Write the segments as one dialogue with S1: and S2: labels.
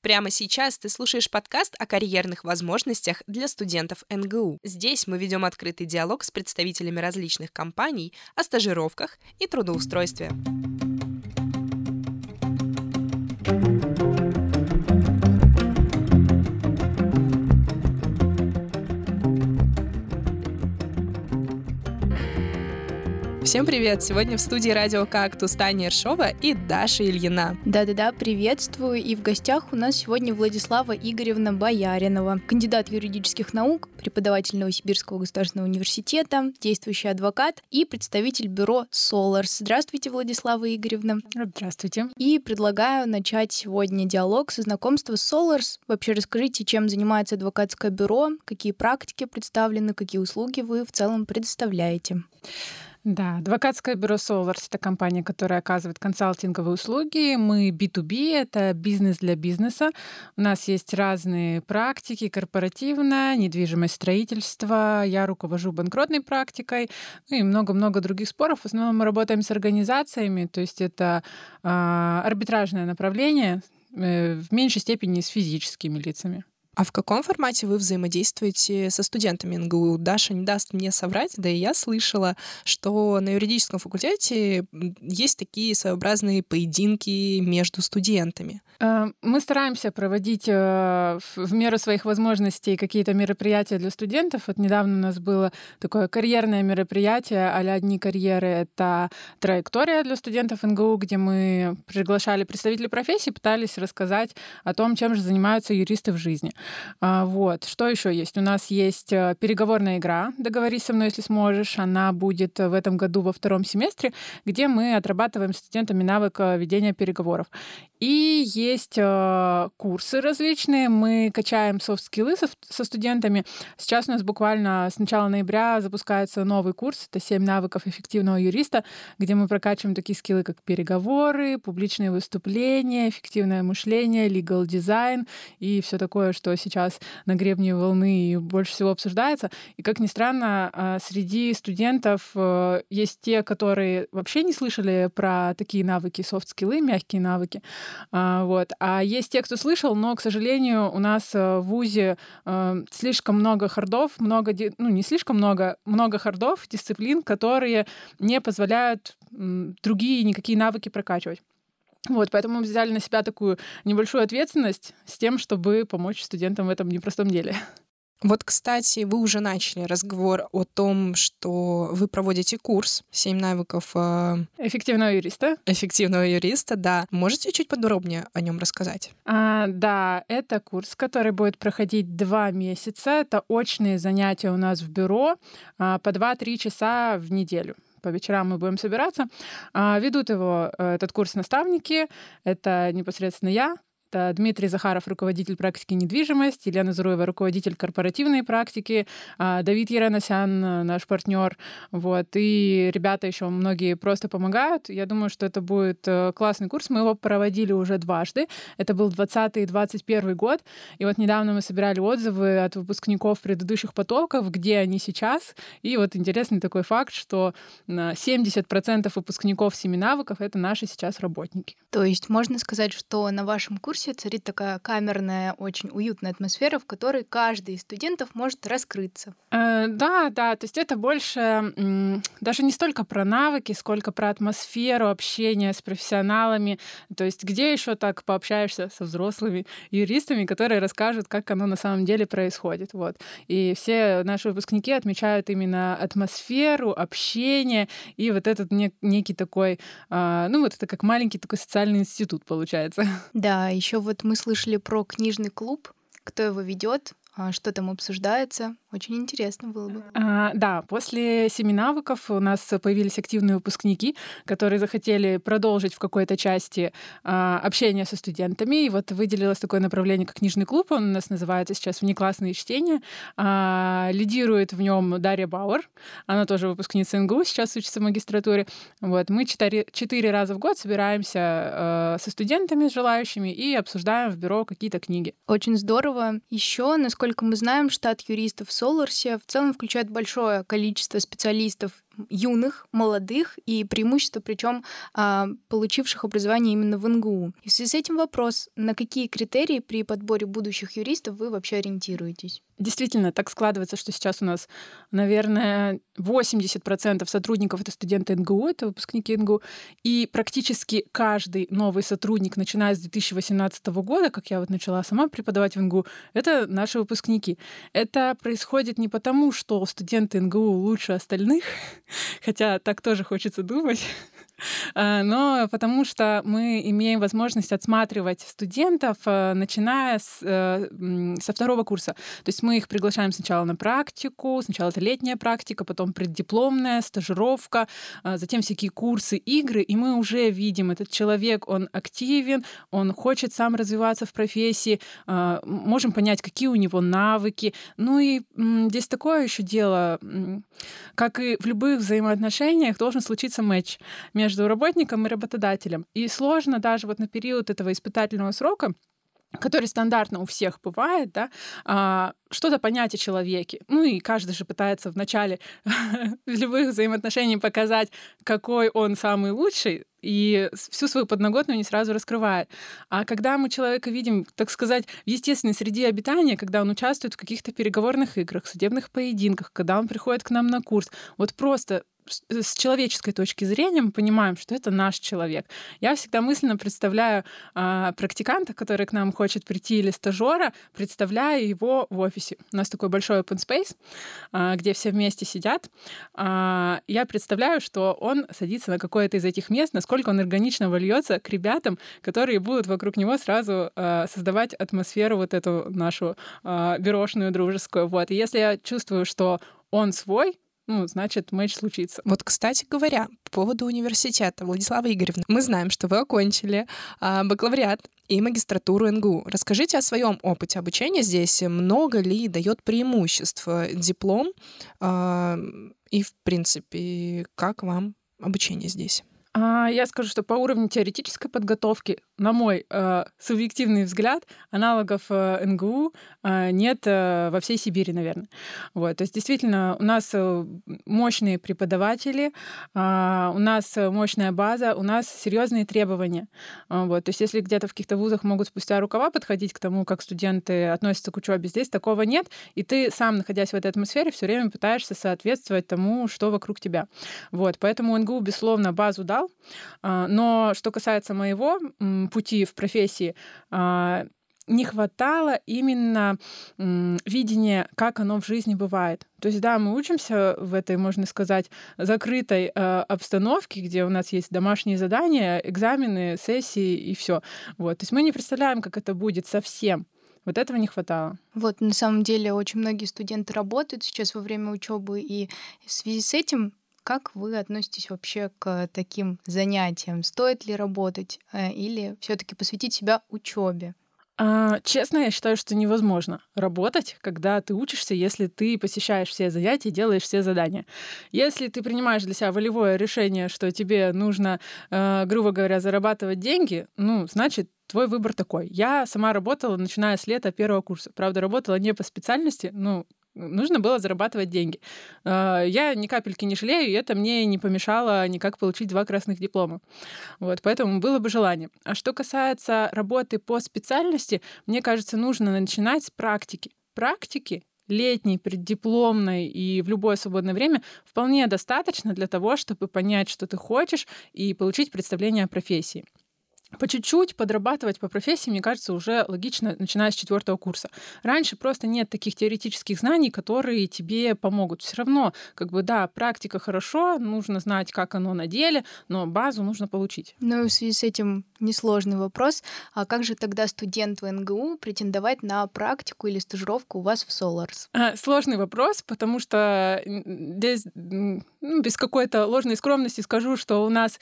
S1: Прямо сейчас ты слушаешь подкаст о карьерных возможностях для студентов НГУ. Здесь мы ведем открытый диалог с представителями различных компаний о стажировках и трудоустройстве. Всем привет! Сегодня в студии радио «Кактус» Таня Ершова и Даша Ильина.
S2: Да-да-да, приветствую. И в гостях у нас сегодня Владислава Игоревна Бояринова, кандидат юридических наук, преподаватель Новосибирского государственного университета, действующий адвокат и представитель бюро Solars. Здравствуйте, Владислава Игоревна.
S3: Здравствуйте.
S2: И предлагаю начать сегодня диалог со знакомства с Solars. Вообще расскажите, чем занимается адвокатское бюро, какие практики представлены, какие услуги вы в целом предоставляете.
S3: Да, адвокатское бюро Solars — это компания, которая оказывает консалтинговые услуги. Мы B2B, это бизнес для бизнеса. У нас есть разные практики: корпоративная, недвижимость, строительство. Я руковожу банкротной практикой, ну и много-много других споров. В основном мы работаем с организациями, то есть это арбитражное направление, в меньшей степени с физическими лицами.
S1: А в каком формате вы взаимодействуете со студентами НГУ? Даша не даст мне соврать, да и я слышала, что на юридическом факультете есть такие своеобразные поединки между студентами.
S3: Мы стараемся проводить в меру своих возможностей какие-то мероприятия для студентов. Вот недавно у нас было такое карьерное мероприятие а-ля «Дни карьеры». Это траектория для студентов НГУ, где мы приглашали представителей профессии, пытались рассказать о том, чем же занимаются юристы в жизни. Вот. Что еще есть? У нас есть переговорная игра «Договорись со мной, если сможешь». Она будет в этом году во втором семестре, где мы отрабатываем с студентами навык ведения переговоров. И есть курсы различные. Мы качаем софт-скиллы со студентами. Сейчас у нас буквально с начала ноября запускается новый курс. Это 7 навыков эффективного юриста, где мы прокачиваем такие скиллы, как переговоры, публичные выступления, эффективное мышление, legal design и все такое, что сейчас на гребне волны и больше всего обсуждается. И, как ни странно, среди студентов есть те, которые вообще не слышали про такие навыки, софт-скиллы, мягкие навыки. Вот. А есть те, кто слышал, но, к сожалению, у нас в вузе слишком много хардов, не слишком много хардов, дисциплин, которые не позволяют другие никакие навыки прокачивать. Вот, поэтому мы взяли на себя такую небольшую ответственность с тем, чтобы помочь студентам в этом непростом деле.
S1: Вот, кстати, вы уже начали разговор о том, что вы проводите курс «7 навыков
S3: эффективного юриста».
S1: Эффективного юриста, да. Можете чуть подробнее о нем рассказать?
S3: Да, это курс, который будет проходить 2 месяца. Это очные занятия у нас в бюро по 2-3 часа в неделю. По вечерам мы будем собираться. Ведут этот курс наставники. Это непосредственно я. Это Дмитрий Захаров, руководитель практики недвижимость, Елена Зуруева, руководитель корпоративной практики, Давид Ераносян, наш партнер. Вот. И ребята еще многие просто помогают. Я думаю, что это будет классный курс. Мы его проводили уже дважды. Это был 2020 и 2021 год. И вот недавно мы собирали отзывы от выпускников предыдущих потоков, где они сейчас. И вот интересный такой факт, что 70% выпускников 7 навыков — это наши сейчас работники.
S2: То есть можно сказать, что на вашем курсе царит такая камерная, очень уютная атмосфера, в которой каждый из студентов может раскрыться.
S3: Да, то есть это больше даже не столько про навыки, сколько про атмосферу общения с профессионалами. То есть где еще так пообщаешься со взрослыми юристами, которые расскажут, как оно на самом деле происходит. Вот. И все наши выпускники отмечают именно атмосферу, общение и вот этот некий такой, вот это как маленький такой социальный институт получается.
S2: Да, еще вот мы слышали про книжный клуб, кто его ведет, что там обсуждается. Очень интересно было бы.
S3: Да, после 7 навыков у нас появились активные выпускники, которые захотели продолжить в какой-то части общение со студентами. И вот выделилось такое направление, как книжный клуб. Он у нас называется сейчас «Внеклассные чтения». Лидирует в нем Дарья Бауэр. Она тоже выпускница НГУ, сейчас учится в магистратуре. Вот. Мы 4 раза в год собираемся со студентами, с желающими, и обсуждаем в бюро какие-то книги.
S2: Очень здорово. Еще, насколько мы знаем, штат юристов в Соларсе в целом включает большое количество специалистов юных, молодых и преимущества, причем получивших образование именно в НГУ. И в связи с этим вопрос, на какие критерии при подборе будущих юристов вы вообще ориентируетесь?
S3: Действительно, так складывается, что сейчас у нас, наверное, 80% сотрудников — это студенты НГУ, это выпускники НГУ, и практически каждый новый сотрудник, начиная с 2018 года, как я вот начала сама преподавать в НГУ, это наши выпускники. Это происходит не потому, что студенты НГУ лучше остальных, хотя так тоже хочется думать, но потому что мы имеем возможность отсматривать студентов, начиная со второго курса. То есть мы их приглашаем сначала на практику, сначала это летняя практика, потом преддипломная, стажировка, затем всякие курсы, игры, и мы уже видим, этот человек, он активен, он хочет сам развиваться в профессии, можем понять, какие у него навыки. Ну и здесь такое еще дело, как и в любых взаимоотношениях, должен случиться матч между работником и работодателем. И сложно даже вот на период этого испытательного срока, который стандартно у всех бывает, да, что-то понять о человеке. Ну и каждый же пытается в начале любых взаимоотношений показать, какой он самый лучший, и всю свою подноготную не сразу раскрывает. А когда мы человека видим, так сказать, в естественной среде обитания, когда он участвует в каких-то переговорных играх, судебных поединках, когда он приходит к нам на курс, вот просто с человеческой точки зрения мы понимаем, что это наш человек. Я всегда мысленно представляю практиканта, который к нам хочет прийти, или стажера, представляю его в офисе. У нас такой большой open space, где все вместе сидят. Я представляю, что он садится на какое-то из этих мест, насколько он органично вольется к ребятам, которые будут вокруг него сразу создавать атмосферу вот эту нашу бюрошную, дружескую. Вот. И если я чувствую, что он свой, значит, матч случится.
S1: Вот, кстати говоря, по поводу университета, Владислава Игоревна, мы знаем, что вы окончили бакалавриат и магистратуру НГУ. Расскажите о своем опыте обучения здесь. Много ли дает преимуществ диплом? И, в принципе, как вам обучение здесь?
S3: Я скажу, что по уровню теоретической подготовки, на мой субъективный взгляд, аналогов НГУ нет во всей Сибири, наверное. Вот. То есть действительно у нас мощные преподаватели, у нас мощная база, у нас серьезные требования. Вот. То есть если где-то в каких-то вузах могут спустя рукава подходить к тому, как студенты относятся к учебе, здесь такого нет, и ты сам, находясь в этой атмосфере, все время пытаешься соответствовать тому, что вокруг тебя. Вот. Поэтому НГУ, безусловно, базу дал. Но что касается моего пути в профессии, не хватало именно видения, как оно в жизни бывает. То есть, да, мы учимся в этой, можно сказать, закрытой обстановке, где у нас есть домашние задания, экзамены, сессии и все. Вот. То есть мы не представляем, как это будет совсем. Вот этого не хватало.
S2: Вот, на самом деле, очень многие студенты работают сейчас во время учебы, и в связи с этим как вы относитесь вообще к таким занятиям? Стоит ли работать или все-таки посвятить себя учебе?
S3: Честно, я считаю, что невозможно работать, когда ты учишься, если ты посещаешь все занятия, делаешь все задания. Если ты принимаешь для себя волевое решение, что тебе нужно, грубо говоря, зарабатывать деньги, значит, твой выбор такой. Я сама работала, начиная с лета первого курса. Правда, работала не по специальности, нужно было зарабатывать деньги. Я ни капельки не жалею, и это мне не помешало никак получить 2 красных диплома. Вот, поэтому было бы желание. А что касается работы по специальности, мне кажется, нужно начинать с практики. Практики летней, преддипломной и в любое свободное время вполне достаточно для того, чтобы понять, что ты хочешь, и получить представление о профессии. По чуть-чуть подрабатывать по профессии, мне кажется, уже логично, начиная с 4 курса. Раньше просто нет таких теоретических знаний, которые тебе помогут. Все равно, практика хорошо, нужно знать, как оно на деле, но базу нужно получить.
S2: Ну и в связи с этим несложный вопрос. А как же тогда студенту НГУ претендовать на практику или стажировку у вас в Solars?
S3: Сложный вопрос, потому что здесь без какой-то ложной скромности скажу, что у нас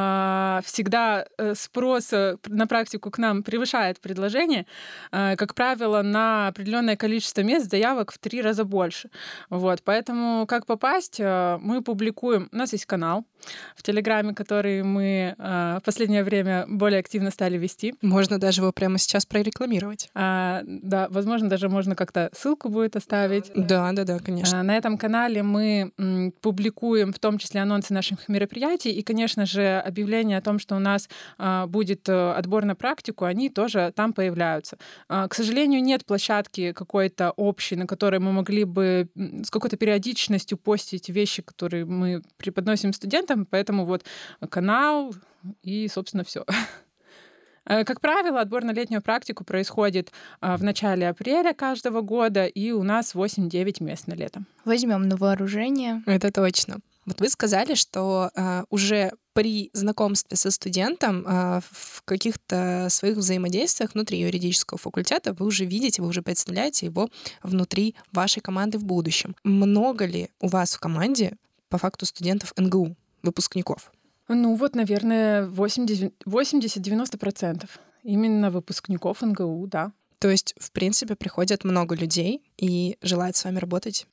S3: всегда спрос на практику к нам превышает предложение. Как правило, на определенное количество мест заявок в 3 раза больше. Вот. Поэтому как попасть, мы публикуем. У нас есть канал в Телеграме, который мы в последнее время более активно стали вести.
S1: Можно даже его прямо сейчас прорекламировать.
S3: Да, возможно, даже можно как-то ссылку будет оставить.
S1: Да, конечно.
S3: На этом канале мы публикуем публикуем в том числе анонсы наших мероприятий, и, конечно же, объявления о том, что у нас будет отбор на практику, они тоже там появляются. К сожалению, нет площадки какой-то общей, на которой мы могли бы с какой-то периодичностью постить вещи, которые мы преподносим студентам, поэтому вот канал и, собственно, все. Как правило, отбор на летнюю практику происходит в начале апреля каждого года, и у нас 8-9 мест на лето.
S2: Возьмем на вооружение.
S1: Это точно. Вот вы сказали, что уже при знакомстве со студентом в каких-то своих взаимодействиях внутри юридического факультета вы уже видите, вы уже представляете его внутри вашей команды в будущем. Много ли у вас в команде по факту студентов НГУ, выпускников?
S3: Ну вот, наверное, 80-90% именно выпускников НГУ, да.
S1: То есть, в принципе, приходят много людей и желают с вами работать?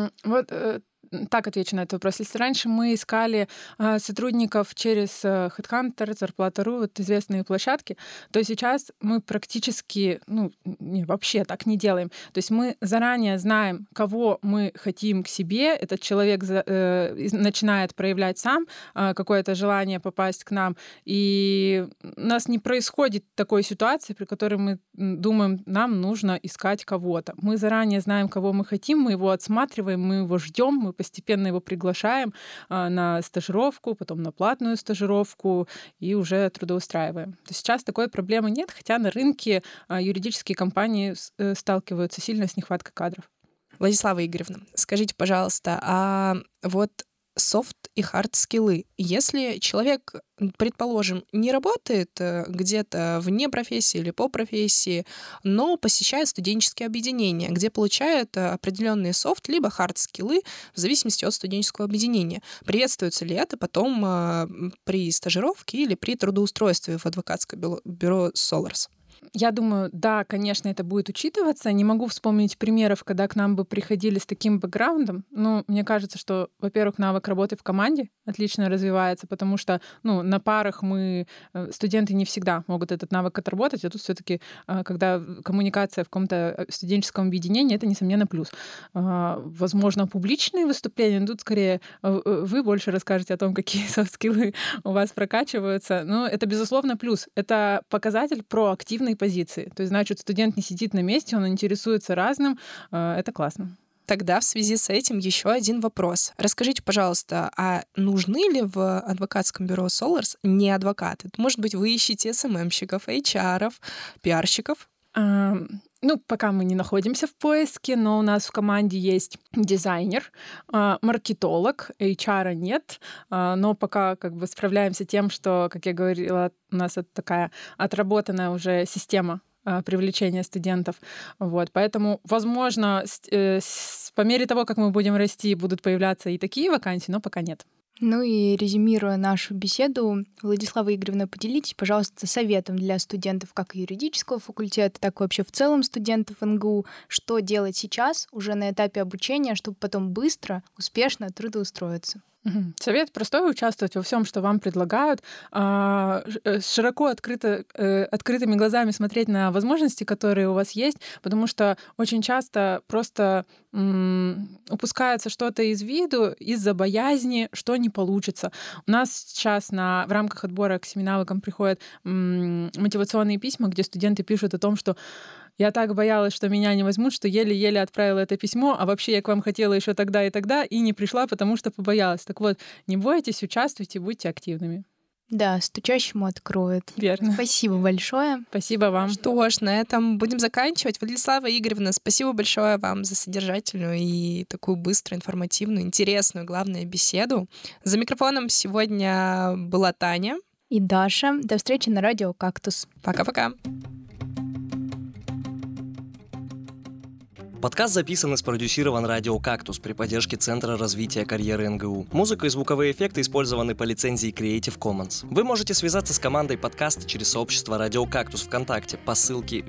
S3: Так отвечу на этот вопрос. Если раньше мы искали сотрудников через HeadHunter, Зарплата.ру, вот известные площадки, то сейчас мы практически, вообще так не делаем. То есть мы заранее знаем, кого мы хотим к себе. Этот человек начинает проявлять сам какое-то желание попасть к нам. И у нас не происходит такой ситуации, при которой мы думаем, нам нужно искать кого-то. Мы заранее знаем, кого мы хотим, мы его отсматриваем, мы его ждем, мы постепенно его приглашаем на стажировку, потом на платную стажировку и уже трудоустраиваем. То сейчас такой проблемы нет, хотя на рынке юридические компании сталкиваются сильно с нехваткой кадров.
S1: Владислава Игоревна, скажите, пожалуйста, а вот софт и хард-скиллы. Если человек, предположим, не работает где-то вне профессии или по профессии, но посещает студенческие объединения, где получает определенные софт либо хард-скиллы в зависимости от студенческого объединения, приветствуется ли это потом при стажировке или при трудоустройстве в адвокатское бюро Solars?
S3: Я думаю, да, конечно, это будет учитываться. Не могу вспомнить примеров, когда к нам бы приходили с таким бэкграундом. Но мне кажется, что, во-первых, навык работы в команде отлично развивается, потому что на парах студенты не всегда могут этот навык отработать, а тут все-таки, когда коммуникация в каком-то студенческом объединении, это, несомненно, плюс. Возможно, публичные выступления, тут скорее вы больше расскажете о том, какие софт-скиллы у вас прокачиваются. Но это, безусловно, плюс. Это показатель проактивной позиции. То есть, значит, студент не сидит на месте, он интересуется разным. Это классно.
S1: Тогда в связи с этим еще один вопрос. Расскажите, пожалуйста, а нужны ли в адвокатском бюро Solars не адвокаты? Может быть, вы ищете СММщиков, HR-ов, пиарщиков?
S3: Пока мы не находимся в поиске, но у нас в команде есть дизайнер, маркетолог, HR нет, но пока справляемся тем, что, как я говорила, у нас это такая отработанная уже система привлечения студентов. Вот. Поэтому, возможно, по мере того, как мы будем расти, будут появляться и такие вакансии, но пока нет.
S2: Ну и резюмируя нашу беседу, Владислава Игоревна, поделитесь, пожалуйста, советом для студентов как юридического факультета, так и вообще в целом студентов НГУ, что делать сейчас, уже на этапе обучения, чтобы потом быстро, успешно трудоустроиться.
S3: Совет простой — участвовать во всем, что вам предлагают, широко открытыми глазами смотреть на возможности, которые у вас есть, потому что очень часто просто упускается что-то из виду из-за боязни, что не получится. У нас сейчас в рамках отбора к семинарам приходят мотивационные письма, где студенты пишут о том, что я так боялась, что меня не возьмут, что еле-еле отправила это письмо, а вообще я к вам хотела еще тогда и не пришла, потому что побоялась. Так вот, не бойтесь, участвуйте, будьте активными.
S2: Да, стучащему откроют.
S3: Верно.
S2: Спасибо большое.
S3: Спасибо вам.
S1: Что ж, на этом будем заканчивать. Владислава Игоревна, спасибо большое вам за содержательную и такую быструю, информативную, интересную, главное, беседу. За микрофоном сегодня была Таня
S2: и Даша. До встречи на радио «Кактус».
S1: Пока-пока.
S4: Подкаст записан и спродюсирован радио «Кактус» при поддержке Центра развития карьеры НГУ. Музыка и звуковые эффекты использованы по лицензии Creative Commons. Вы можете связаться с командой подкаста через сообщество «Радио Кактус» ВКонтакте по ссылке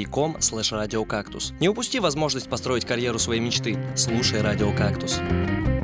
S4: vk.com/radiocactus. Не упусти возможность построить карьеру своей мечты. Слушай «Радио Кактус».